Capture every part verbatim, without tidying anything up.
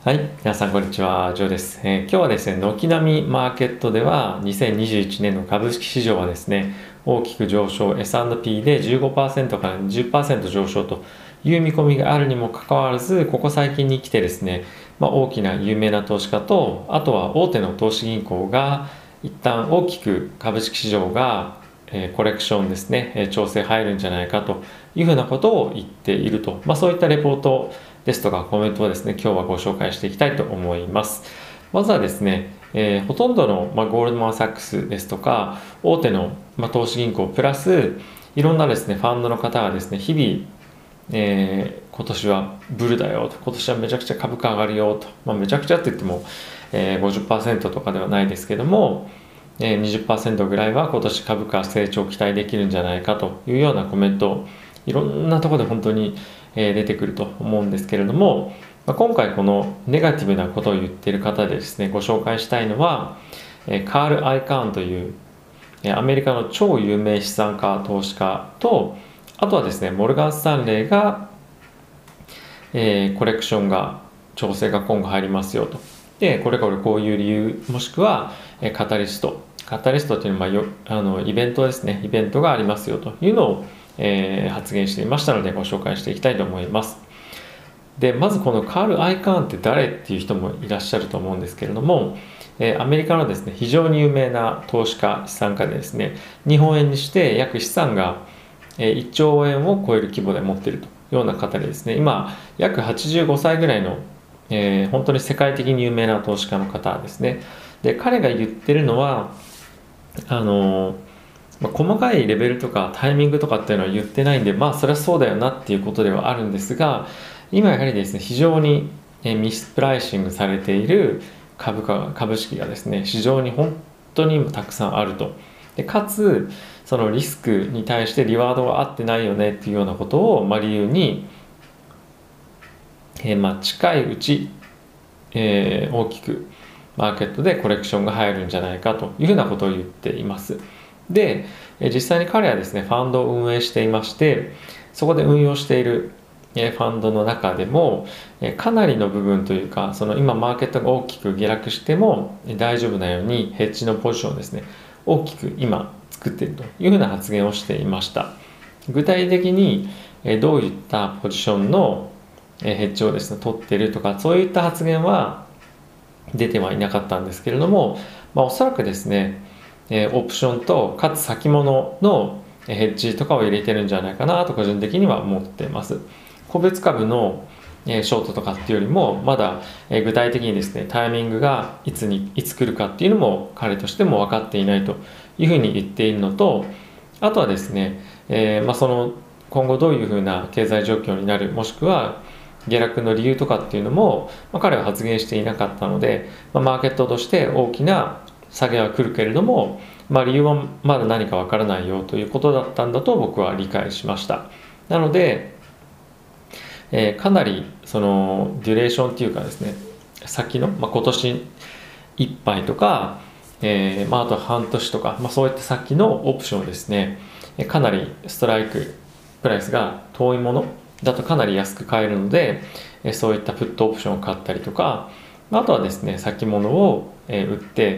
はい、皆さんこんにちは、ジョーです。えー今日はですね、軒並みマーケットではにせんにじゅういちねんの株式市場はですね、大きく上昇、エスアンドピー でじゅうごパーセントからにじゅっパーセント上昇という見込みがあるにもかかわらず、ここ最近に来てですね、まあ、大きな有名な投資家と、あとは大手の投資銀行が一旦大きく株式市場がえーコレクションですね、えー調整入るんじゃないかというふうなことを言っていると、まあ、そういったレポートですとかコメントをですね、今日はご紹介していきたいと思います。まずはですね、えーほとんどの、まあ、ゴールドマン・サックスですとか、大手の、まあ、投資銀行プラス、いろんなですね、ファンドの方がですね、日々、えー今年はブルだよと、今年はめちゃくちゃ株価上がるよと、まあ、めちゃくちゃって言っても、えー、ごじゅっパーセントとかではないですけども、えーにじゅっパーセントぐらいは今年株価成長期待できるんじゃないかというようなコメント、いろんなところで本当にえー出てくると思うんですけれども、まあ、今回このネガティブなことを言っている方でですね、ご紹介したいのは、えーカール・アイカーンというえーアメリカの超有名資産家投資家と、あとはですね、モルガン・スタンレーが、えーコレクションが調整が今後入りますよと。で、これこれこういう理由、もしくは、えーカタリスト。カタリストというのは、まあ、よあのイベントですね。イベントがありますよというのを、えー発言していましたので、ご紹介していきたいと思います。で、まずこのカール・アイカーンって誰っていう人もいらっしゃると思うんですけれども、えーアメリカのですね、非常に有名な投資家、資産家でですね、日本円にして約資産がえーいっちょうえんを超える規模で持っているというような方でですね、今、約はちじゅうごさいぐらいの、えー本当に世界的に有名な投資家の方ですね。で、彼が言ってるのは、あのーまあ、細かいレベルとかタイミングとかっていうのは言ってないんで、まあ、それはそうだよなっていうことではあるんですが、今やはりですね、非常にえーミスプライシングされている株価、株式がですね、市場に本当にたくさんあると。で、かつ、そのリスクに対してリワードが合ってないよねっていうようなことを、まあ、理由に、えーまあ、近いうち、えー大きくマーケットでコレクションが入るんじゃないかというふうなことを言っています。で、えー実際に彼はですね、ファンドを運営していまして、そこで運用しているえーファンドの中でも、えーかなりの部分というか、その今マーケットが大きく下落してもえー大丈夫なようにヘッジのポジションをですね、大きく今作っているというふうな発言をしていました。具体的にえーどういったポジションのえーヘッジをですね、取っているとか、そういった発言は出てはいなかったんですけれども、まあ、おそらくですね、えーオプションとかつ先物のえーヘッジとかを入れてるんじゃないかなと個人的には思っています。個別株のえーショートとかっていうよりも、まだえー具体的にですね、タイミングがいつにいつ来るかっていうのも彼としても分かっていないというふうに言っているのと、あとはですね、えーまあ、その今後どういうふうな経済状況になる、もしくは下落の理由とかっていうのも、まあ、彼は発言していなかったので、まあ、マーケットとして大きな下げは来るけれども、まあ、理由はまだ何かわからないよということだったんだと僕は理解しました。なので、えーかなりそのデュレーションっていうかですね、先の、まあ、今年いっぱいとか、えーまあ、あとは半年とか、まあ、そういった先のオプションをですね、えーかなりストライクプライスが遠いものだとかなり安く買えるので、えーそういったプットオプションを買ったりとか、あとはですね、先物を、えー売って、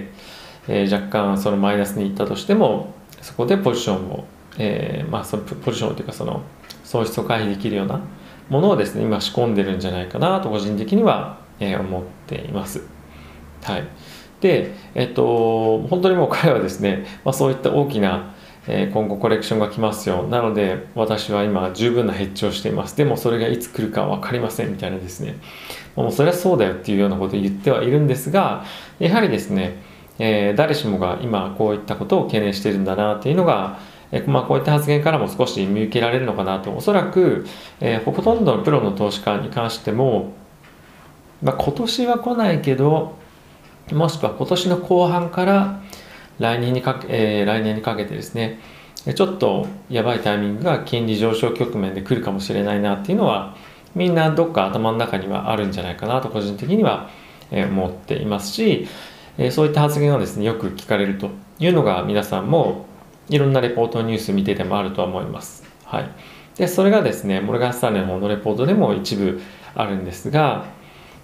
えー若干そのマイナスにいったとしても、そこでポジションを、えーまあ、そのポジションというかその損失を回避できるようなものをですね、今仕込んでるんじゃないかなと個人的には、えー思っています。はい。で、えっと、本当にもう彼はですね、まあ、そういった大きな、えー今後コレクションが来ますよ。なので、私は今十分なヘッジをしています。でもそれがいつ来るか分かりませんみたいなですね、もうそれはそうだよっていうようなことを言ってはいるんですが、やはりですね、えー誰しもが今こういったことを懸念しているんだなっていうのが、えーまあ、こういった発言からも少し見受けられるのかなと。おそらく、えーほとんどのプロの投資家に関しても、まあ、今年は来ないけど、もしくは今年の後半から来年にかけ、えー来年にかけてですね、ちょっとやばいタイミングが金利上昇局面で来るかもしれないなっていうのは、みんなどっか頭の中にはあるんじゃないかなと個人的にはえー思っていますし、えーそういった発言をですね、よく聞かれるというのが皆さんもいろんなレポートニュース見ててもあるとは思います。はい。で、それがですね、モルガン・スタンレーの方のレポートでも一部あるんですが、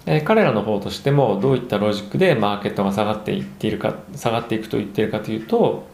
えー彼らの方としてもどういったロジックでマーケットが下がっていっているか下がっていくと言っているかというと、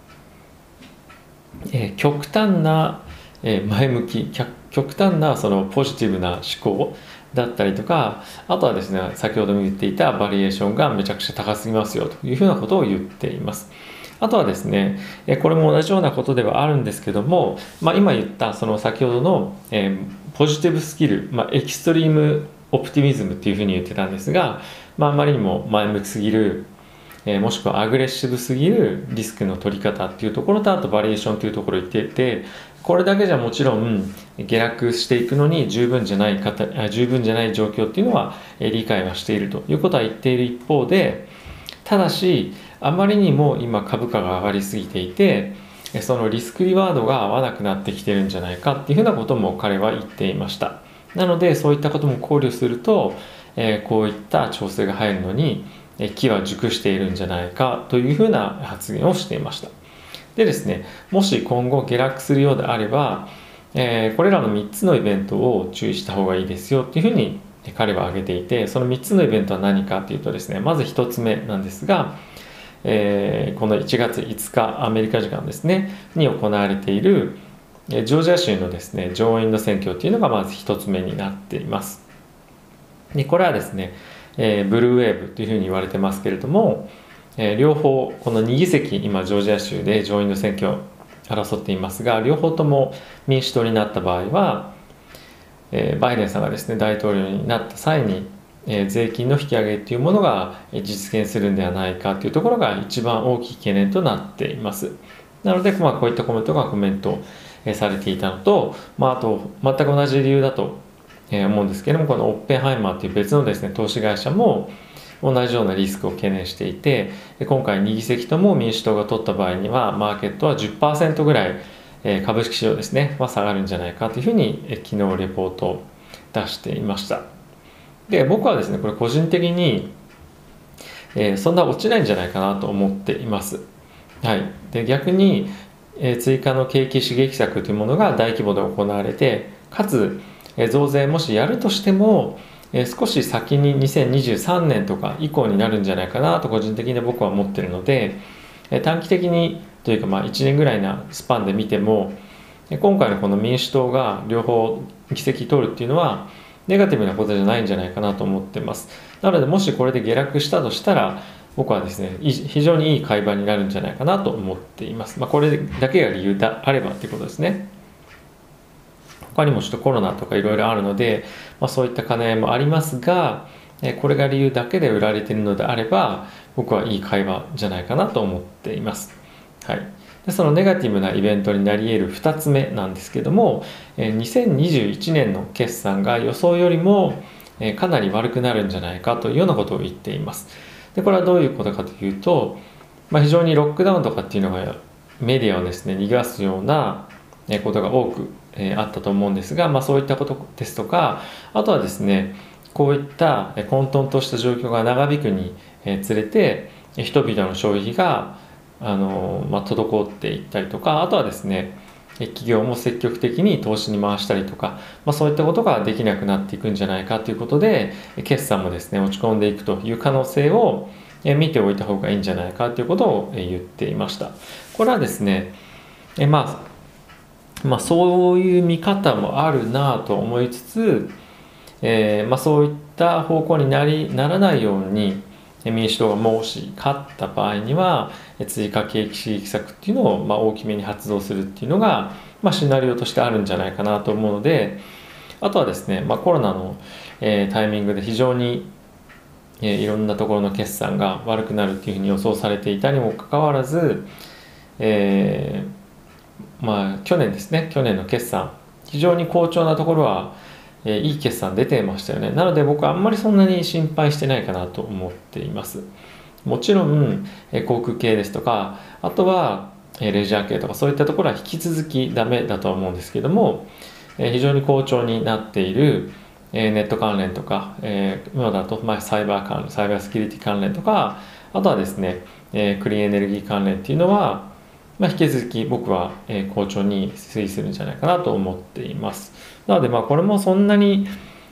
えー極端な、えー前向き極極端なそのポジティブな思考だったりとか、あとはですね、先ほども言っていたバリエーションがめちゃくちゃ高すぎますよというふうなことを言っています。あとはですね、えーこれも同じようなことではあるんですけども、まあ、今言ったその先ほどの、えーポジティブスキル、まあ、エキストリームオプティミズムっていうふうに言ってたんですが、まあ、あまりにも前向きすぎる、えーもしくはアグレッシブすぎるリスクの取り方っていうところと、あとバリエーションというところを言っていて、これだけじゃもちろん下落していくのに十分じゃない方あ十分じゃない状況っていうのは、えー理解はしているということは言っている一方で、ただしあまりにも今株価が上がりすぎていて、えーそのリスクリワードが合わなくなってきてるんじゃないかっていうふうなことも彼は言っていました。なのでそういったことも考慮すると、えーこういった調整が入るのにえー機は熟しているんじゃないかというふうな発言をしていました。でですね、もし今後下落するようであれば、えーこれらのみっつのイベントを注意した方がいいですよっていうふうに彼は挙げていて、そのみっつのイベントは何かというとですね、まずひとつめなんですが、えーこのいちがついつかアメリカ時間ですねに行われているえージョージア州のですね上院の選挙というのがまずひとつめになっています。でこれはですね、えーブルーウェーブというふうに言われてますけれども、えー両方このにぎせき今ジョージア州で上院の選挙を争っていますが、両方とも民主党になった場合は、えーバイデンさんがですね大統領になった際に、えー税金の引き上げというものがえー実現するんではないかというところが一番大きい懸念となっています。なので、まあ、こういったコメントがコメントえーされていたのと、まあ、あと全く同じ理由だとえー思うんですけれども、このオッペンハイマーという別のですね投資会社も同じようなリスクを懸念していて、今回にぎせきとも民主党が取った場合にはマーケットは じゅっパーセント ぐらい、えー株式市場ですねは下がるんじゃないかというふうに、えー昨日レポートを出していました。で僕はですねこれ個人的に、えーそんな落ちないんじゃないかなと思っています。はい、で逆に、えー追加の景気刺激策というものが大規模で行われて、かつ、えー増税もしやるとしても、えー少し先ににせんにじゅうさんねんとか以降になるんじゃないかなと個人的に僕は思っているので、えー短期的にというかまあいちねんぐらいなスパンで見ても、えー今回のこの民主党が両方議席取るっていうのはネガティブなことじゃないんじゃないかなと思っています。なのでもしこれで下落したとしたら、僕はですねい非常にいい買い場になるんじゃないかなと思っています。まあ、これだけが理由であればということですね。他にもちょっとコロナとかいろいろあるので、まあ、そういった兼ね合いもありますが、えこれが理由だけで売られているのであれば、僕はいい買い場じゃないかなと思っています。はい、でそのネガティブなイベントになり得るふたつめなんですけども、えにせんにじゅういちねんの決算が予想よりもえかなり悪くなるんじゃないかというようなことを言っています。でこれはどういうことかというと、まあ、非常にロックダウンとかっていうのがメディアをですね逃がすようなことが多くえあったと思うんですが、まあ、そういったことですとか、あとはですねこういった混沌とした状況が長引くにつれて人々の消費があの、まあ、滞っていったりとか、あとはですね企業も積極的に投資に回したりとか、まあ、そういったことができなくなっていくんじゃないかということで、決算もですね落ち込んでいくという可能性を見ておいた方がいいんじゃないかということを言っていました。これはですねえまあまあそういう見方もあるなと思いつつ、えーまあ、そういった方向になりならないように民主党がもし勝った場合には追加景気刺激策っていうのをまあ大きめに発動するっていうのが、まあ、シナリオとしてあるんじゃないかなと思うので、あとはですね、まあ、コロナの、えータイミングで非常に、えーいろんなところの決算が悪くなるっていうふうに予想されていたにもかかわらず、えーまあ去年ですね去年の決算非常に好調なところはえーいい決算出てましたよね。なので僕はあんまりそんなに心配してないかなと思っています。もちろん、えー航空系ですとか、あとは、えーレジャー系とかそういったところは引き続きダメだとは思うんですけども、えー非常に好調になっている、えーネット関連とか、えー今だと、まあ、サイバー関連、サイバーセキュリティ関連とか、あとはですね、えークリーンエネルギー関連っていうのは、まあ、引き続き僕は、えー好調に推移するんじゃないかなと思っています。なのでまあこれもそんなに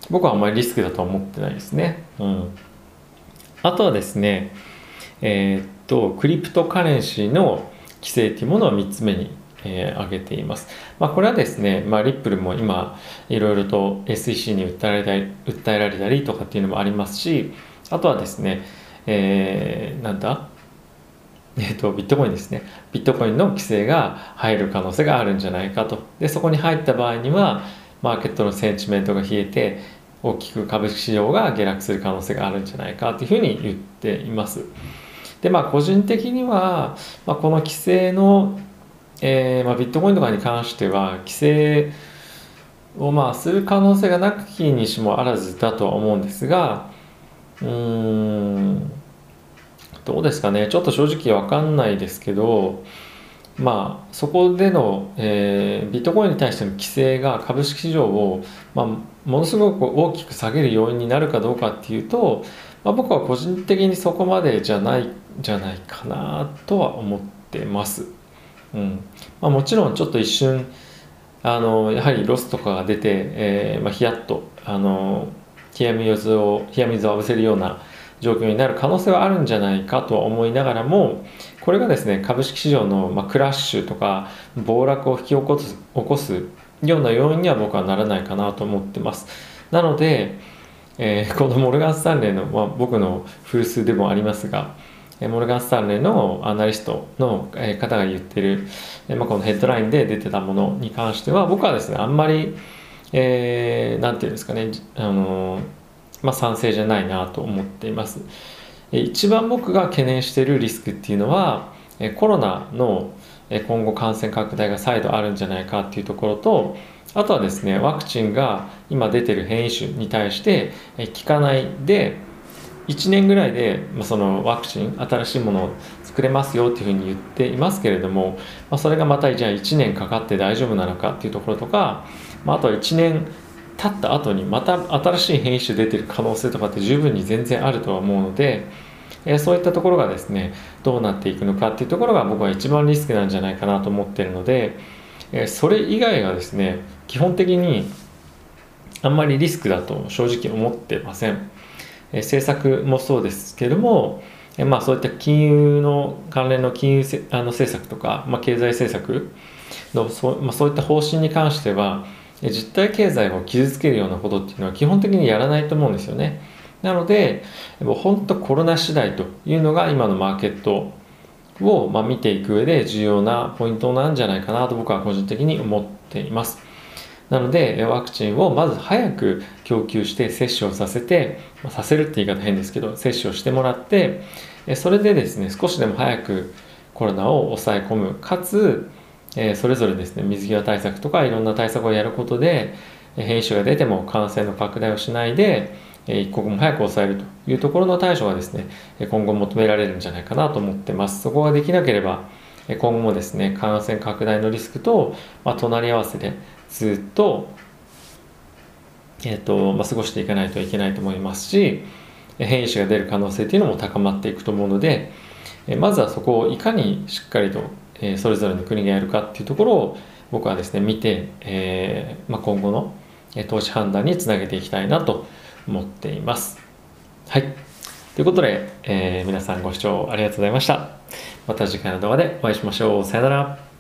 僕はあんまりリスクだとは思ってないですね。うん、あとはですね、えーっとクリプトカレンシーの規制というものをみっつめに、えー、挙げています。まあ、これはですね、まあ、リップルも今いろいろと エスイーシー に訴えられたり訴えられたりとかっていうのもありますし、あとはですね、えー、なんだえーと、ビットコインですね。ビットコインの規制が入る可能性があるんじゃないかと。で、そこに入った場合には、マーケットのセンチメントが冷えて、大きく株式市場が下落する可能性があるんじゃないかというふうに言っています。で、まあ、個人的には、まあ、この規制の、えーまあ、ビットコインとかに関しては、規制をまあする可能性がなきにしもあらずだとは思うんですが、うーん、どうですかね、ちょっと正直わかんないですけど、まあ、そこでの、えービットコインに対しての規制が株式市場を、まあ、ものすごく大きく下げる要因になるかどうかっていうと、まあ、僕は個人的にそこまでじゃないんじゃないかなとは思ってます。うんまあ、もちろんちょっと一瞬あのやはりロスとかが出て、えーまあ、ヒヤッとあの冷や水を冷や水を浴びせるような状況になる可能性はあるんじゃないかとは思いながらも、これがですね株式市場の、まあ、クラッシュとか暴落を引き起こす、起こすような要因には僕はならないかなと思ってます。なので、えーこのモルガン・スタンレーの、まあ、僕の古巣でもありますが、えーモルガン・スタンレーのアナリストの、えー方が言ってる、えーまあ、このヘッドラインで出てたものに関しては、僕はですねあんまり、えーなんていうんですかね、あのーまあ、賛成じゃないなと思っています。えー一番僕が懸念しているリスクっていうのは、えーコロナのえー今後感染拡大が再度あるんじゃないかっていうところと、あとはですねワクチンが今出てる変異種に対してえー効かないで、いちねんぐらいで、まあ、そのワクチン新しいものを作れますよっていうふうに言っていますけれども、まあ、それがまたじゃあいちねんかかって大丈夫なのかっていうところとか、まあ、あとはいちねん経った後にまた新しい変異種出てる可能性とかって十分に全然あるとは思うので、えーそういったところがですねどうなっていくのかっていうところが僕は一番リスクなんじゃないかなと思っているので、えーそれ以外はですね基本的にあんまりリスクだと正直思ってません。えー政策もそうですけれども、えーまあ、そういった金融の関連の金融せあの政策とか、まあ、経済政策のそう、まあ、そういった方針に関しては、えー実体経済を傷つけるようなことっていうのは基本的にやらないと思うんですよね。なので、もう本当コロナ次第というのが今のマーケットを、まあ、見ていく上で重要なポイントなんじゃないかなと僕は個人的に思っています。なのでワクチンをまず早く供給して接種をさせて、まあ、させるって言い方変ですけど接種をしてもらって、えそれでですね少しでも早くコロナを抑え込む、かつ、えーそれぞれですね水際対策とかいろんな対策をやることでえー変異種が出ても感染の拡大をしないでえー一刻も早く抑えるというところの対処がですねえー今後求められるんじゃないかなと思ってます。そこができなければえー今後もですね感染拡大のリスクと、まあ、隣り合わせでずっと、えーとまあ、過ごしていかないといけないと思いますし、えー変異種が出る可能性というのも高まっていくと思うので、えーまずはそこをいかにしっかりと、えーそれぞれの国がやるかっていうところを僕はですね見て、えーまあ、今後のえー投資判断につなげていきたいなと思っています。はい。ということで、えー皆さんご視聴ありがとうございました。また次回の動画でお会いしましょう。さよなら。